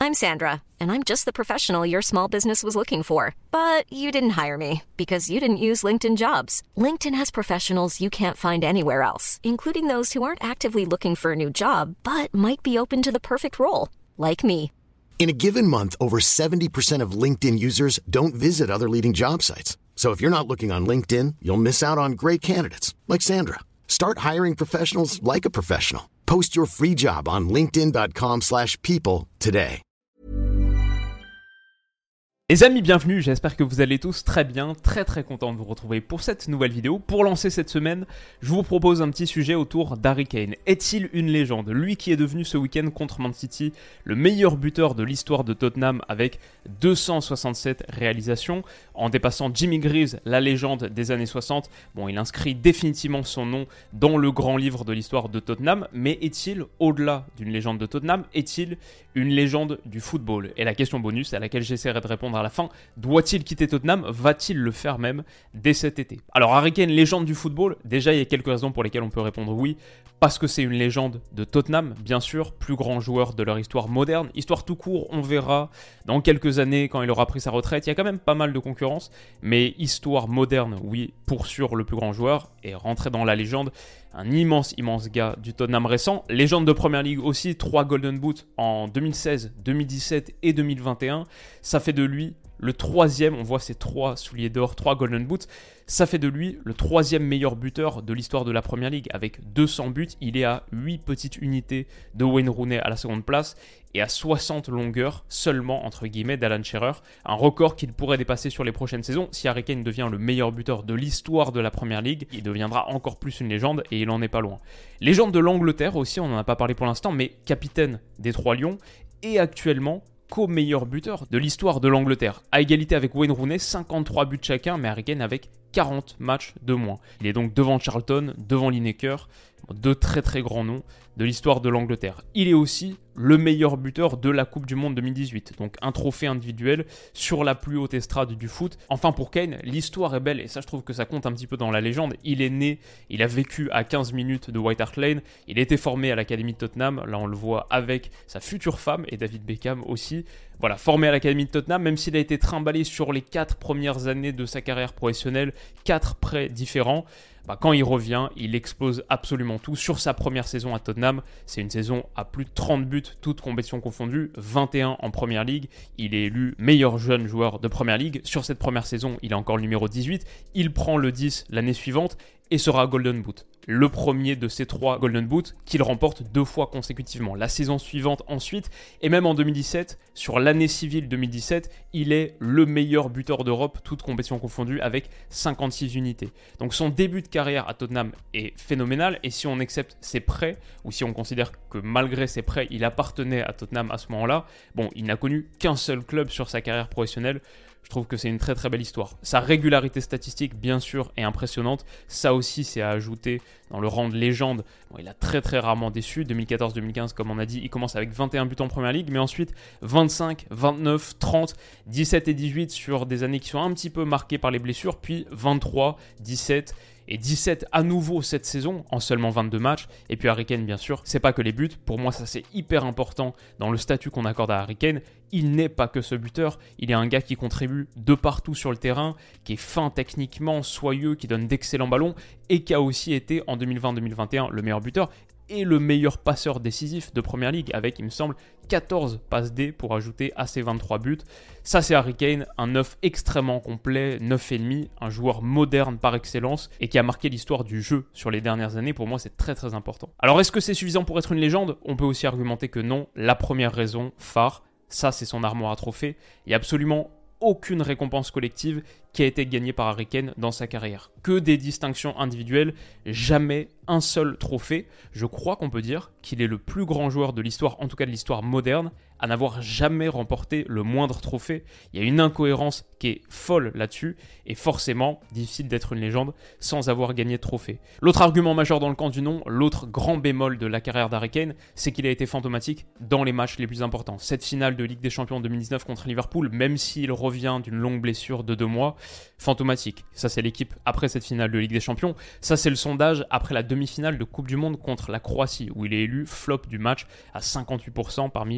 I'm Sandra, and I'm just the professional your small business was looking for. But you didn't hire me because you didn't use LinkedIn Jobs. LinkedIn has professionals you can't find anywhere else, including those who aren't actively looking for a new job, but might be open to the perfect role, like me. In a given month, over 70% of LinkedIn users don't visit other leading job sites. So if you're not looking on LinkedIn, you'll miss out on great candidates like Sandra. Start hiring professionals like a professional. Post your free job on linkedin.com/people today. Les amis, bienvenue, j'espère que vous allez tous très bien, très content de vous retrouver pour cette nouvelle vidéo. Pour lancer cette semaine, je vous propose un petit sujet autour d'Harry Kane. Est-il une légende? Lui qui est devenu ce week-end contre Man City le meilleur buteur de l'histoire de Tottenham avec 267 réalisations, en dépassant Jimmy Greaves, la légende des années 60. Bon, il inscrit définitivement son nom dans le grand livre de l'histoire de Tottenham, mais est-il, au-delà d'une légende de Tottenham, est-il une légende du football? Et la question bonus à laquelle j'essaierai de répondre à la fin, doit-il quitter Tottenham? Va-t-il le faire même dès cet été? Alors Harry Kane, légende du football, déjà il y a quelques raisons pour lesquelles on peut répondre oui, parce que c'est une légende de Tottenham, bien sûr, plus grand joueur de leur histoire moderne, histoire tout court, on verra dans quelques années quand il aura pris sa retraite, il y a quand même pas mal de concurrence, mais histoire moderne, oui, pour sûr le plus grand joueur, et rentrer dans la légende, un immense gars du Tottenham récent, légende de Première Ligue aussi, 3 Golden Boot en 2016, 2017 et 2021, ça fait de lui le troisième, on voit ces 3 souliers d'or, 3 Golden Boots, ça fait de lui le troisième meilleur buteur de l'histoire de la Première Ligue. Avec 200 buts, il est à 8 petites unités de Wayne Rooney à la seconde place et à 60 longueurs seulement, entre guillemets, d'Alan Shearer. Un record qu'il pourrait dépasser sur les prochaines saisons. Si Harry Kane devient le meilleur buteur de l'histoire de la Première Ligue, il deviendra encore plus une légende et il en est pas loin. Légende de l'Angleterre aussi, on n'en a pas parlé pour l'instant, mais capitaine des 3 Lions et actuellement co-meilleur buteur de l'histoire de l'Angleterre. À égalité avec Wayne Rooney, 53 buts chacun, mais Harry Kane avec 40 matchs de moins. Il est donc devant Charlton, devant Lineker, 2 très grands noms de l'histoire de l'Angleterre. Il est aussi le meilleur buteur de la Coupe du Monde 2018, donc un trophée individuel sur la plus haute estrade du foot. Enfin pour Kane, l'histoire est belle et ça je trouve que ça compte un petit peu dans la légende. Il est né, il a vécu à 15 minutes de White Hart Lane, il a été formé à l'Académie de Tottenham, là on le voit avec sa future femme et David Beckham aussi. Voilà, formé à l'Académie de Tottenham, même s'il a été trimballé sur les 4 premières années de sa carrière professionnelle, 4 prêts différents. Quand il revient, il explose absolument tout. Sur sa première saison à Tottenham, c'est une saison à plus de 30 buts, toutes compétitions confondues, 21 en Première Ligue. Il est élu meilleur jeune joueur de Première Ligue. Sur cette première saison, il est encore le numéro 18. Il prend le 10 l'année suivante et sera Golden Boot. Le premier de ces 3 Golden Boot qu'il remporte 2 fois consécutivement. La saison suivante ensuite, et même en 2017, sur l'année civile 2017, il est le meilleur buteur d'Europe, toutes compétitions confondues, avec 56 unités. Donc son début de carrière à Tottenham est phénoménal, et si on accepte ses prêts, ou si on considère que malgré ses prêts, il appartenait à Tottenham à ce moment-là, bon, il n'a connu qu'un seul club sur sa carrière professionnelle. Je trouve que c'est une très belle histoire. Sa régularité statistique, bien sûr, est impressionnante. Ça aussi, c'est à ajouter dans le rang de légende. Bon, il a très rarement déçu. 2014-2015, comme on a dit, il commence avec 21 buts en Première Ligue, mais ensuite 25, 29, 30, 17 et 18 sur des années qui sont un petit peu marquées par les blessures, puis 23, 17 et 17 à nouveau cette saison en seulement 22 matchs. Et puis Harry Kane, bien sûr, c'est pas que les buts. Pour moi, ça c'est hyper important dans le statut qu'on accorde à Harry Kane. Il n'est pas que ce buteur, il est un gars qui contribue de partout sur le terrain, qui est fin techniquement, soyeux, qui donne d'excellents ballons et qui a aussi été en 2020-2021 le meilleur buteur et le meilleur passeur décisif de Première Ligue avec, il me semble, 14 passes D pour ajouter à ses 23 buts. Ça, c'est Harry Kane, un 9 extrêmement complet, 9,5, un joueur moderne par excellence et qui a marqué l'histoire du jeu sur les dernières années. Pour moi, c'est très important. Alors, est-ce que c'est suffisant pour être une légende? On peut aussi argumenter que non. La première raison, phare, ça, c'est son armoire à trophées. Il n'y a absolument aucune récompense collective qui a été gagnée par Harry Kane dans sa carrière. Que des distinctions individuelles, jamais un seul trophée. Je crois qu'on peut dire qu'il est le plus grand joueur de l'histoire, en tout cas de l'histoire moderne, à n'avoir jamais remporté le moindre trophée. Il y a une incohérence qui est folle là-dessus, et forcément difficile d'être une légende sans avoir gagné de trophée. L'autre argument majeur dans le camp du non, l'autre grand bémol de la carrière d'Harry Kane, c'est qu'il a été fantomatique dans les matchs les plus importants. Cette finale de Ligue des Champions 2019 contre Liverpool, même s'il revient d'une longue blessure de 2 mois, fantomatique. Ça, c'est l'équipe après cette finale de Ligue des Champions. Ça, c'est le sondage après la demi-finale de Coupe du Monde contre la Croatie, où il est élu flop du match à 58% parmi d'autres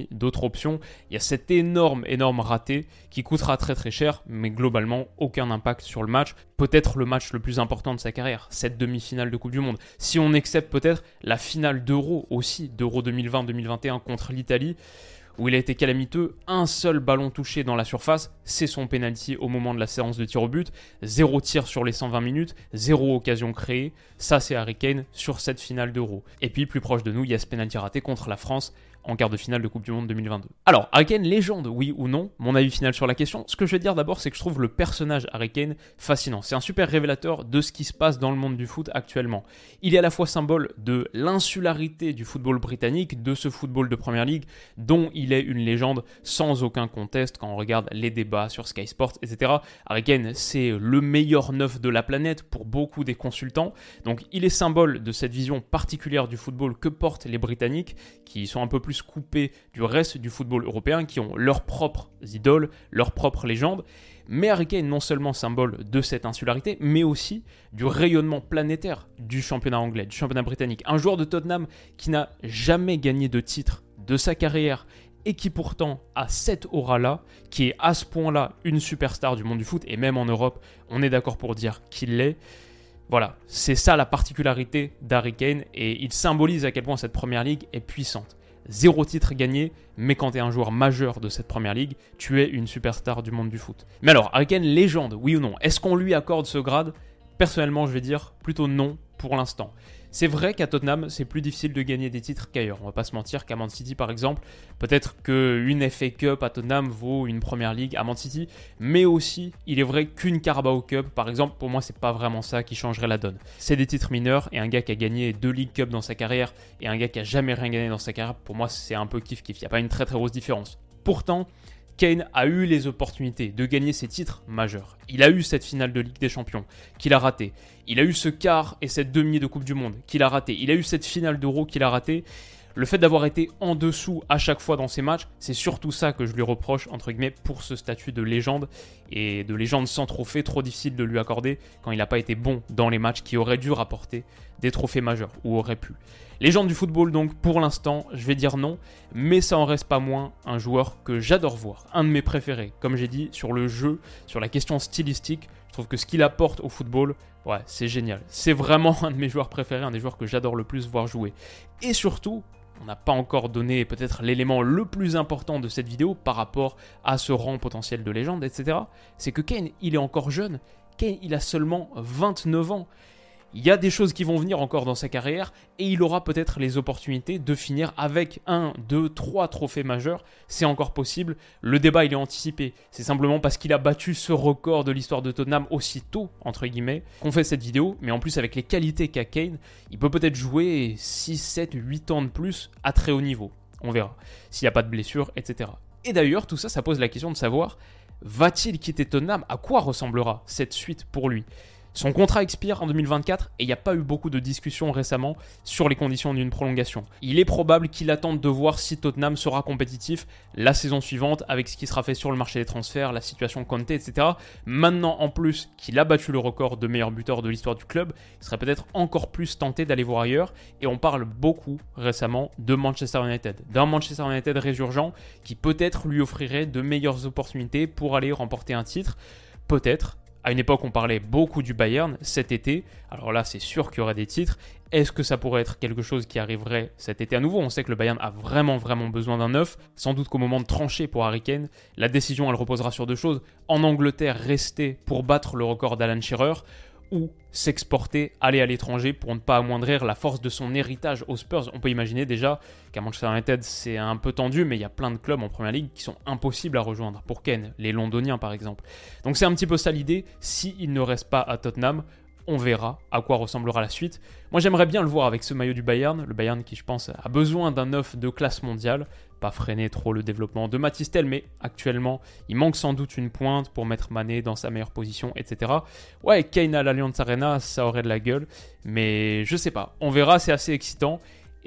option. Il y a cet énorme raté qui coûtera très très cher, mais globalement aucun impact sur le match. Peut-être le match le plus important de sa carrière, cette demi-finale de Coupe du Monde. Si on accepte peut-être la finale d'Euro aussi, d'Euro 2020-2021 contre l'Italie, où il a été calamiteux, un seul ballon touché dans la surface, c'est son penalty au moment de la séance de tir au but, 0 tir sur les 120 minutes, 0 occasion créée, ça c'est Harry Kane sur cette finale d'Euro. Et puis plus proche de nous, il y a ce penalty raté contre la France en quart de finale de Coupe du Monde 2022. Alors, Harry Kane, légende, oui ou non? Mon avis final sur la question, ce que je vais dire d'abord, c'est que je trouve le personnage Harry Kane fascinant. C'est un super révélateur de ce qui se passe dans le monde du foot actuellement. Il est à la fois symbole de l'insularité du football britannique, de ce football de Premier League, dont il est une légende sans aucun conteste quand on regarde les débats sur Sky Sports, etc. Harry Kane, c'est le meilleur neuf de la planète pour beaucoup des consultants. Donc, il est symbole de cette vision particulière du football que portent les Britanniques, qui sont un peu plus coupés du reste du football européen, qui ont leurs propres idoles, leurs propres légendes. Mais Harry Kane, non seulement symbole de cette insularité, mais aussi du rayonnement planétaire du championnat anglais, du championnat britannique. Un joueur de Tottenham qui n'a jamais gagné de titre de sa carrière et qui pourtant a cette aura-là, qui est à ce point-là une superstar du monde du foot, et même en Europe, on est d'accord pour dire qu'il l'est. Voilà, c'est ça la particularité d'Harry Kane, et il symbolise à quel point cette Première Ligue est puissante. 0 titre gagné, mais quand tu es un joueur majeur de cette Première Ligue, tu es une superstar du monde du foot. Mais alors, Harry Kane, légende, oui ou non? Est-ce qu'on lui accorde ce grade? Personnellement, je vais dire plutôt non pour l'instant. C'est vrai qu'à Tottenham, c'est plus difficile de gagner des titres qu'ailleurs. On va pas se mentir qu'à Man City, par exemple, peut-être qu'une FA Cup à Tottenham vaut une Première Ligue à Man City, mais aussi, il est vrai qu'une Carabao Cup, par exemple, pour moi, c'est pas vraiment ça qui changerait la donne. C'est des titres mineurs, et un gars qui a gagné 2 League Cup dans sa carrière, et un gars qui a jamais rien gagné dans sa carrière, pour moi, c'est un peu kiff-kiff. Il n'y a pas une très très grosse différence. Pourtant, Kane a eu les opportunités de gagner ses titres majeurs. Il a eu cette finale de Ligue des Champions qu'il a ratée. Il a eu ce quart et cette demi de Coupe du Monde qu'il a raté. Il a eu cette finale d'Euro qu'il a ratée. Le fait d'avoir été en dessous à chaque fois dans ses matchs, c'est surtout ça que je lui reproche, entre guillemets, pour ce statut de légende. Et de légende sans trophée, trop difficile de lui accorder quand il n'a pas été bon dans les matchs qui auraient dû rapporter des trophées majeurs, ou auraient pu. Légende du football, donc, pour l'instant, je vais dire non, mais ça en reste pas moins un joueur que j'adore voir, un de mes préférés. Comme j'ai dit, sur le jeu, sur la question stylistique, je trouve que ce qu'il apporte au football, ouais, c'est génial. C'est vraiment un de mes joueurs préférés, un des joueurs que j'adore le plus voir jouer. Et surtout, on n'a pas encore donné peut-être l'élément le plus important de cette vidéo par rapport à ce rang potentiel de légende, etc. C'est que Kane, il est encore jeune. Kane, il a seulement 29 ans. Il y a des choses qui vont venir encore dans sa carrière et il aura peut-être les opportunités de finir avec 1, 2, 3 trophées majeurs. C'est encore possible. Le débat, il est anticipé. C'est simplement parce qu'il a battu ce record de l'histoire de Tottenham aussitôt, entre guillemets, qu'on fait cette vidéo. Mais en plus, avec les qualités qu'a Kane, il peut peut-être jouer 6, 7, 8 ans de plus à très haut niveau. On verra. S'il n'y a pas de blessure, etc. Et d'ailleurs, tout ça, ça pose la question de savoir, va-t-il quitter Tottenham? À quoi ressemblera cette suite pour lui? Son contrat expire en 2024 et il n'y a pas eu beaucoup de discussions récemment sur les conditions d'une prolongation. Il est probable qu'il attende de voir si Tottenham sera compétitif la saison suivante avec ce qui sera fait sur le marché des transferts, la situation Conte, etc. Maintenant, en plus qu'il a battu le record de meilleur buteur de l'histoire du club, il serait peut-être encore plus tenté d'aller voir ailleurs. Et on parle beaucoup récemment de Manchester United, d'un Manchester United résurgent qui peut-être lui offrirait de meilleures opportunités pour aller remporter un titre. Peut-être. À une époque, on parlait beaucoup du Bayern cet été. Alors là, c'est sûr qu'il y aurait des titres. Est-ce que ça pourrait être quelque chose qui arriverait cet été à nouveau? On sait que le Bayern a vraiment besoin d'un neuf. Sans doute qu'au moment de trancher pour Harry Kane, la décision, elle reposera sur deux choses. En Angleterre, rester pour battre le record d'Alan Shearer ou s'exporter, aller à l'étranger pour ne pas amoindrir la force de son héritage aux Spurs. On peut imaginer déjà qu'à Manchester United, c'est un peu tendu, mais il y a plein de clubs en Première Ligue qui sont impossibles à rejoindre, pour Kane, les Londoniens par exemple. Donc c'est un petit peu ça l'idée, s'il ne reste pas à Tottenham, on verra à quoi ressemblera la suite. Moi j'aimerais bien le voir avec ce maillot du Bayern, le Bayern qui je pense a besoin d'un neuf de classe mondiale, pas freiner trop le développement de Mathys Tel, mais actuellement il manque sans doute une pointe pour mettre Mané dans sa meilleure position, etc. Ouais, Kane à l'Allianz Arena, ça aurait de la gueule, mais je sais pas, on verra, c'est assez excitant.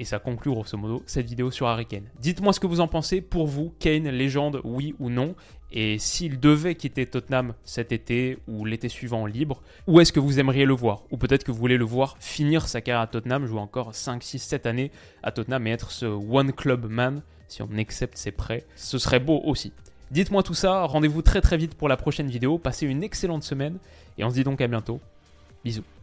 Et ça conclut grosso modo cette vidéo sur Harry Kane. Dites-moi ce que vous en pensez. Pour vous, Kane, légende, oui ou non? Et s'il devait quitter Tottenham cet été ou l'été suivant libre, où est-ce que vous aimeriez le voir? Ou peut-être que vous voulez le voir finir sa carrière à Tottenham, jouer encore 5, 6, 7 années à Tottenham et être ce one club man, si on accepte ses prêts. Ce serait beau aussi. Dites-moi tout ça, rendez-vous très très vite pour la prochaine vidéo. Passez une excellente semaine et on se dit donc à bientôt. Bisous.